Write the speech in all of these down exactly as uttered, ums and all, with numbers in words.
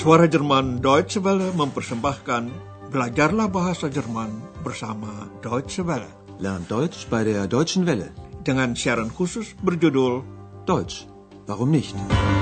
Suara Jerman Deutsche Welle mempersembahkan Belajarlah Bahasa Jerman bersama Deutsche Welle. Lern Deutsch bei der Deutschen Welle. Dengan siaran khusus berjudul Deutsch, warum nicht?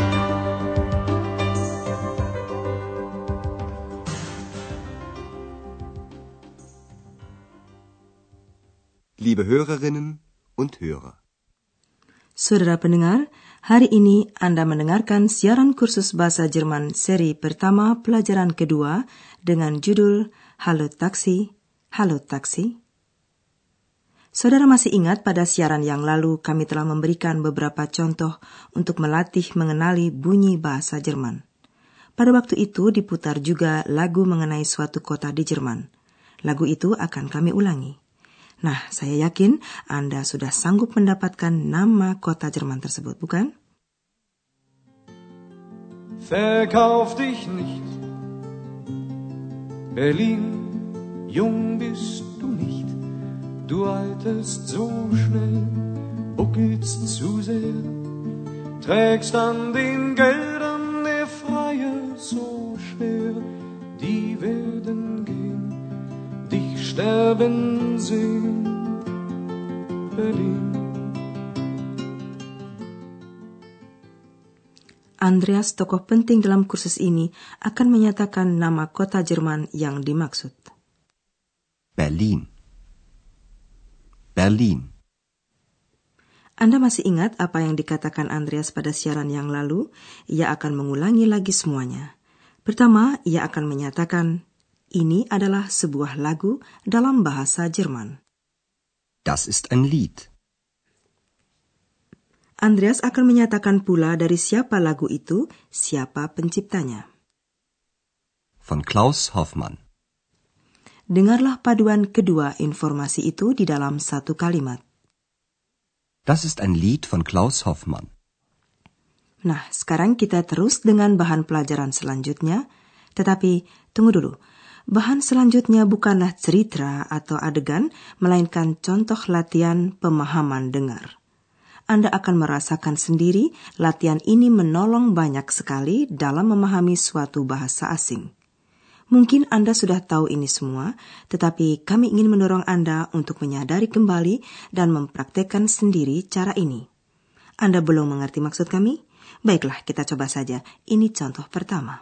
Liebe Hörerinnen und Hörer. Saudara pendengar, hari ini Anda mendengarkan siaran kursus bahasa Jerman seri pertama pelajaran kedua dengan judul Halo Taksi, Halo Taksi. Saudara masih ingat pada siaran yang lalu kami telah memberikan beberapa contoh untuk melatih mengenali bunyi bahasa Jerman. Pada waktu itu diputar juga lagu mengenai suatu kota di Jerman. Lagu itu akan kami ulangi. Nah, saya yakin Anda sudah sanggup mendapatkan nama kota Jerman tersebut, bukan? Verkauf dich nicht, Berlin, jung bist du nicht, du alterst so schnell, buckelst zu sehr, trägst an den Geldern der Freier so schwer, die werden gehen, dich sterben sehen, Berlin. Andreas, tokoh penting dalam kursus ini, akan menyatakan nama kota Jerman yang dimaksud. Berlin. Berlin. Anda masih ingat apa yang dikatakan Andreas pada siaran yang lalu? Ia akan mengulangi lagi semuanya. Pertama, ia akan menyatakan, ini adalah sebuah lagu dalam bahasa Jerman. Das ist ein Lied. Andreas akan menyatakan pula dari siapa lagu itu, siapa penciptanya. Von Klaus Hoffmann. Dengarlah paduan kedua informasi itu di dalam satu kalimat. Das ist ein Lied von Klaus Hoffmann. Nah, sekarang kita terus dengan bahan pelajaran selanjutnya. Tetapi, tunggu dulu. Bahan selanjutnya bukanlah cerita atau adegan, melainkan contoh latihan pemahaman dengar. Anda akan merasakan sendiri latihan ini menolong banyak sekali dalam memahami suatu bahasa asing. Mungkin Anda sudah tahu ini semua, tetapi kami ingin mendorong Anda untuk menyadari kembali dan mempraktekkan sendiri cara ini. Anda belum mengerti maksud kami? Baiklah, kita coba saja. Ini contoh pertama.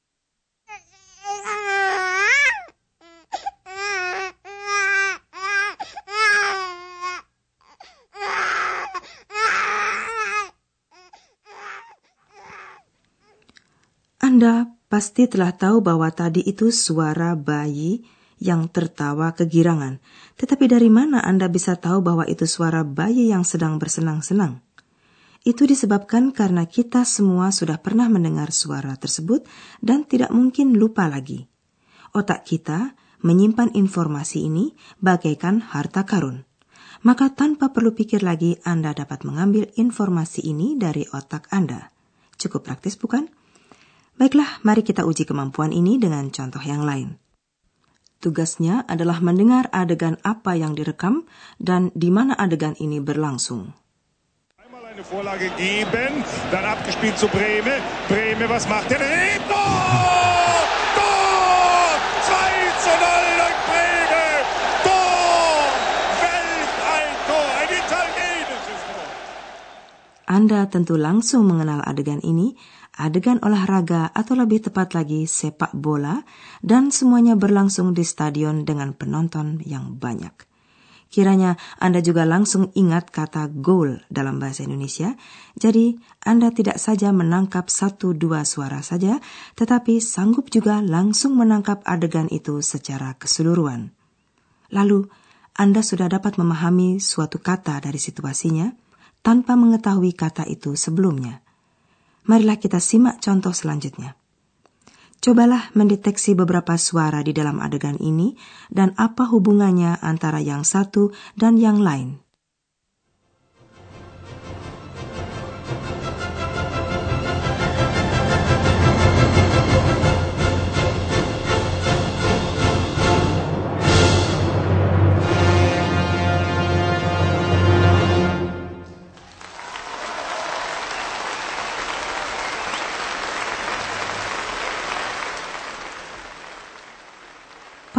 Anda pasti telah tahu bahwa tadi itu suara bayi yang tertawa kegirangan. Tetapi dari mana Anda bisa tahu bahwa itu suara bayi yang sedang bersenang-senang? Itu disebabkan karena kita semua sudah pernah mendengar suara tersebut dan tidak mungkin lupa lagi. Otak kita menyimpan informasi ini bagaikan harta karun. Maka tanpa perlu pikir lagi Anda dapat mengambil informasi ini dari otak Anda. Cukup praktis, bukan? Baiklah, mari kita uji kemampuan ini dengan contoh yang lain. Tugasnya adalah mendengar adegan apa yang direkam dan di mana adegan ini berlangsung. Einmal eine Vorlage geben, dann abgespielt zu Brehme. Brehme, was macht der? Tor! Tor! zwei zu null durch Brehme! Tor! Welch ein Tor! Ein italienisches Tor! Anda tentu langsung mengenal adegan ini, adegan olahraga atau lebih tepat lagi sepak bola, dan semuanya berlangsung di stadion dengan penonton yang banyak. Kiranya Anda juga langsung ingat kata gol dalam bahasa Indonesia, jadi Anda tidak saja menangkap satu dua suara saja, tetapi sanggup juga langsung menangkap adegan itu secara keseluruhan. Lalu, Anda sudah dapat memahami suatu kata dari situasinya, tanpa mengetahui kata itu sebelumnya. Marilah kita simak contoh selanjutnya. Cobalah mendeteksi beberapa suara di dalam adegan ini dan apa hubungannya antara yang satu dan yang lain.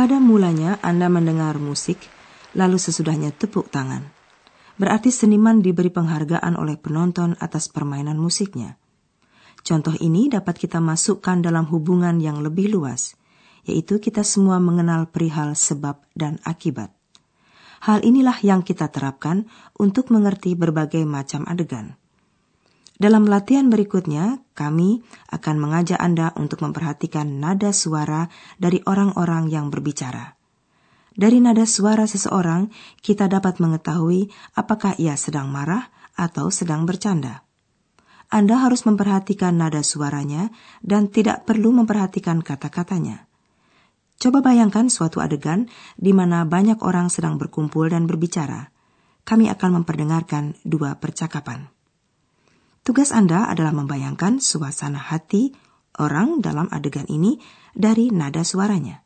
Pada mulanya Anda mendengar musik, lalu sesudahnya tepuk tangan. Berarti seniman diberi penghargaan oleh penonton atas permainan musiknya. Contoh ini dapat kita masukkan dalam hubungan yang lebih luas, yaitu kita semua mengenal perihal sebab dan akibat. Hal inilah yang kita terapkan untuk mengerti berbagai macam adegan. Dalam latihan berikutnya, kami akan mengajak Anda untuk memperhatikan nada suara dari orang-orang yang berbicara. Dari nada suara seseorang, kita dapat mengetahui apakah ia sedang marah atau sedang bercanda. Anda harus memperhatikan nada suaranya dan tidak perlu memperhatikan kata-katanya. Coba bayangkan suatu adegan di mana banyak orang sedang berkumpul dan berbicara. Kami akan memperdengarkan dua percakapan. Tugas Anda adalah membayangkan suasana hati orang dalam adegan ini dari nada suaranya.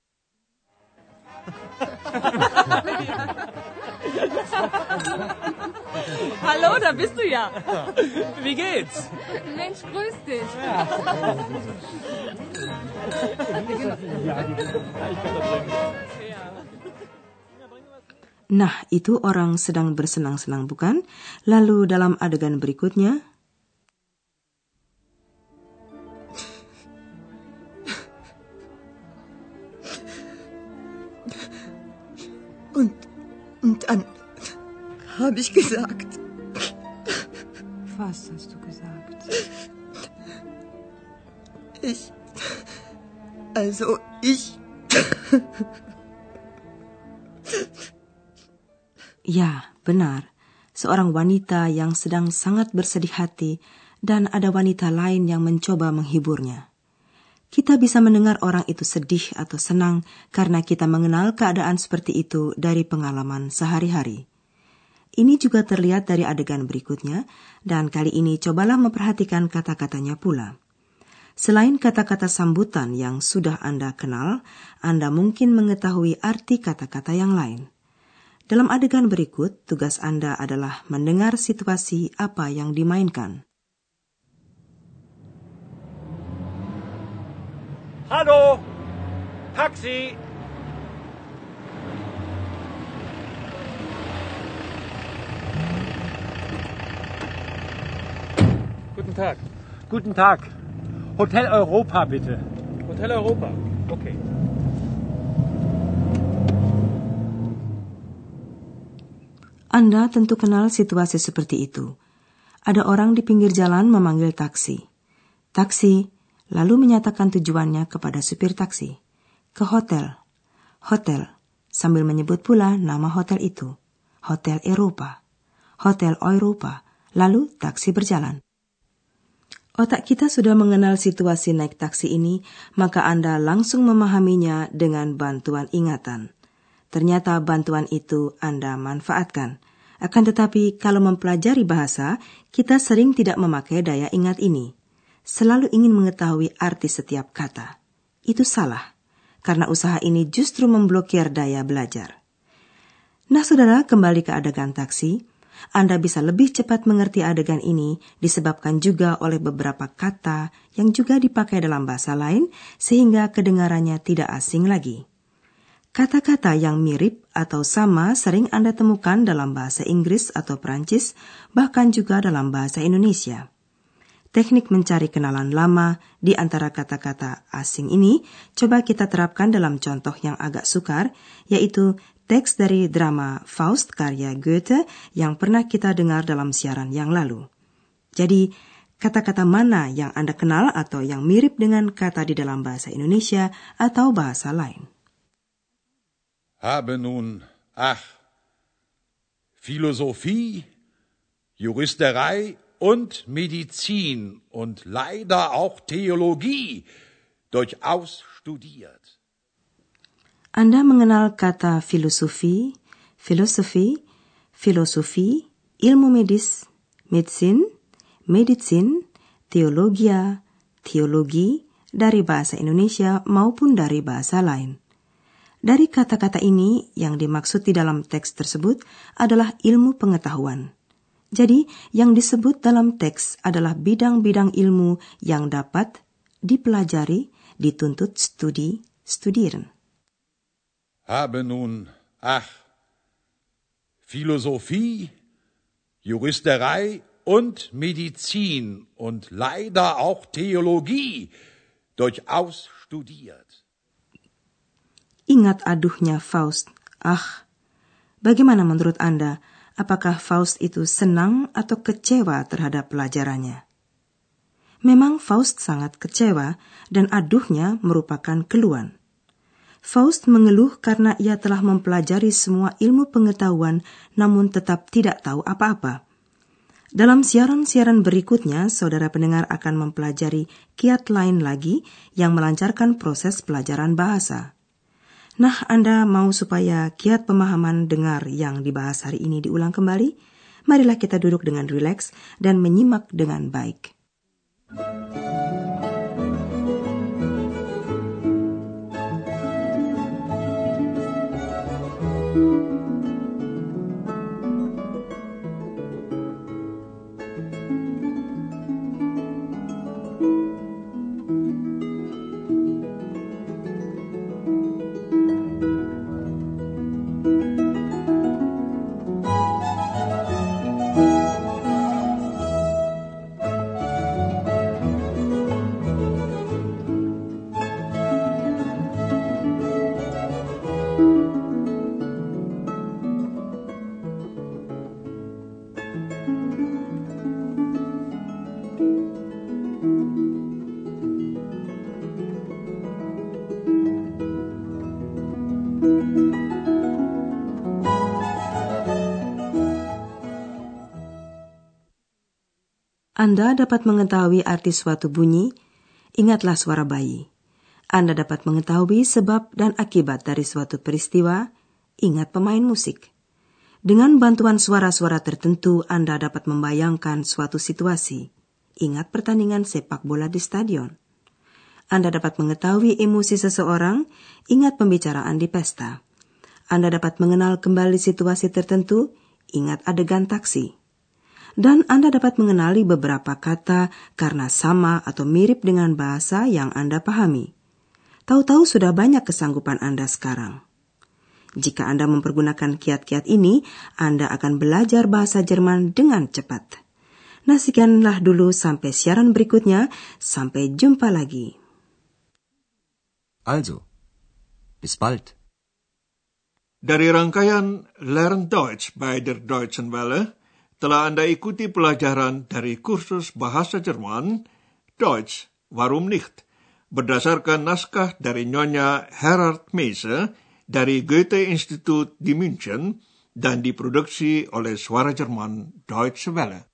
Hallo, da bist du ja. Wie geht's? Mensch, grüß dich. Nah, itu orang sedang bersenang-senang, bukan? Lalu dalam adegan berikutnya, Und, und dann habe ich gesagt. Was hast du gesagt? Ich, also ich. ya, benar. Seorang wanita yang sedang sangat bersedih hati dan ada wanita lain yang mencoba menghiburnya. Kita bisa mendengar orang itu sedih atau senang karena kita mengenal keadaan seperti itu dari pengalaman sehari-hari. Ini juga terlihat dari adegan berikutnya, dan kali ini cobalah memperhatikan kata-katanya pula. Selain kata-kata sambutan yang sudah Anda kenal, Anda mungkin mengetahui arti kata-kata yang lain. Dalam adegan berikut, tugas Anda adalah mendengar situasi apa yang dimainkan. Hallo, Taxi. Guten Tag. Guten Tag. Hotel Europa, bitte. Hotel Europa. Okay. Anda tentu kenal situasi seperti itu. Ada orang di pinggir jalan memanggil taksi. Taksi lalu menyatakan tujuannya kepada supir taksi. Ke hotel. Hotel. Sambil menyebut pula nama hotel itu. Hotel Eropa. Hotel Europa. Lalu taksi berjalan. Otak kita sudah mengenal situasi naik taksi ini, maka Anda langsung memahaminya dengan bantuan ingatan. Ternyata bantuan itu Anda manfaatkan. Akan tetapi kalau mempelajari bahasa, kita sering tidak memakai daya ingat ini. Selalu ingin mengetahui arti setiap kata. Itu salah, karena usaha ini justru memblokir daya belajar. Nah, saudara, kembali ke adegan taksi. Anda bisa lebih cepat mengerti adegan ini disebabkan juga oleh beberapa kata yang juga dipakai dalam bahasa lain, sehingga kedengarannya tidak asing lagi. Kata-kata yang mirip atau sama sering Anda temukan dalam bahasa Inggris atau Perancis, bahkan juga dalam bahasa Indonesia. Teknik mencari kenalan lama di antara kata-kata asing ini coba kita terapkan dalam contoh yang agak sukar, yaitu teks dari drama Faust karya Goethe yang pernah kita dengar dalam siaran yang lalu. Jadi, kata-kata mana yang Anda kenal atau yang mirip dengan kata di dalam bahasa Indonesia atau bahasa lain? Habe nun, ach, Philosophie, Juristerei und Medizin und leider auch Theologie durchaus studiert. Anda mengenal kata filosofi, filosofi, filosofi, ilmu medis, medicin, medicin, teologia, teologi dari bahasa Indonesia maupun dari bahasa lain. Dari kata-kata ini yang dimaksud di dalam teks tersebut adalah ilmu pengetahuan. Jadi, yang disebut dalam teks adalah bidang-bidang ilmu yang dapat dipelajari, dituntut studi, studieren. habe nun, ach, Philosophie, Juristerei und Medizin und leider auch Theologie durchaus studiert. Ingat aduhnya Faust. Ah, bagaimana menurut Anda? Apakah Faust itu senang atau kecewa terhadap pelajarannya? Memang Faust sangat kecewa dan aduhnya merupakan keluhan. Faust mengeluh karena ia telah mempelajari semua ilmu pengetahuan namun tetap tidak tahu apa-apa. Dalam siaran-siaran berikutnya, saudara pendengar akan mempelajari kiat lain lagi yang melancarkan proses pelajaran bahasa. Nah, Anda mau supaya kiat pemahaman dengar yang dibahas hari ini diulang kembali? Marilah kita duduk dengan rileks dan menyimak dengan baik. Anda dapat mengetahui arti suatu bunyi, ingatlah suara bayi. Anda dapat mengetahui sebab dan akibat dari suatu peristiwa, ingat pemain musik. Dengan bantuan suara-suara tertentu, Anda dapat membayangkan suatu situasi, ingat pertandingan sepak bola di stadion. Anda dapat mengetahui emosi seseorang, ingat pembicaraan di pesta. Anda dapat mengenal kembali situasi tertentu, ingat adegan taksi. Dan Anda dapat mengenali beberapa kata karena sama atau mirip dengan bahasa yang Anda pahami. Tahu-tahu sudah banyak kesanggupan Anda sekarang. Jika Anda mempergunakan kiat-kiat ini, Anda akan belajar bahasa Jerman dengan cepat. Nah, sekianlah dulu sampai siaran berikutnya. Sampai jumpa lagi. Also, bis bald. Dari rangkaian Lern Deutsch bei der Deutschen Welle, telah Anda ikuti pelajaran dari kursus bahasa Jerman, Deutsch, Warum nicht? Berdasarkan naskah dari Nyonya Gerhard Meise dari Goethe-Institut di München dan diproduksi oleh Suara Jerman Deutsche Welle.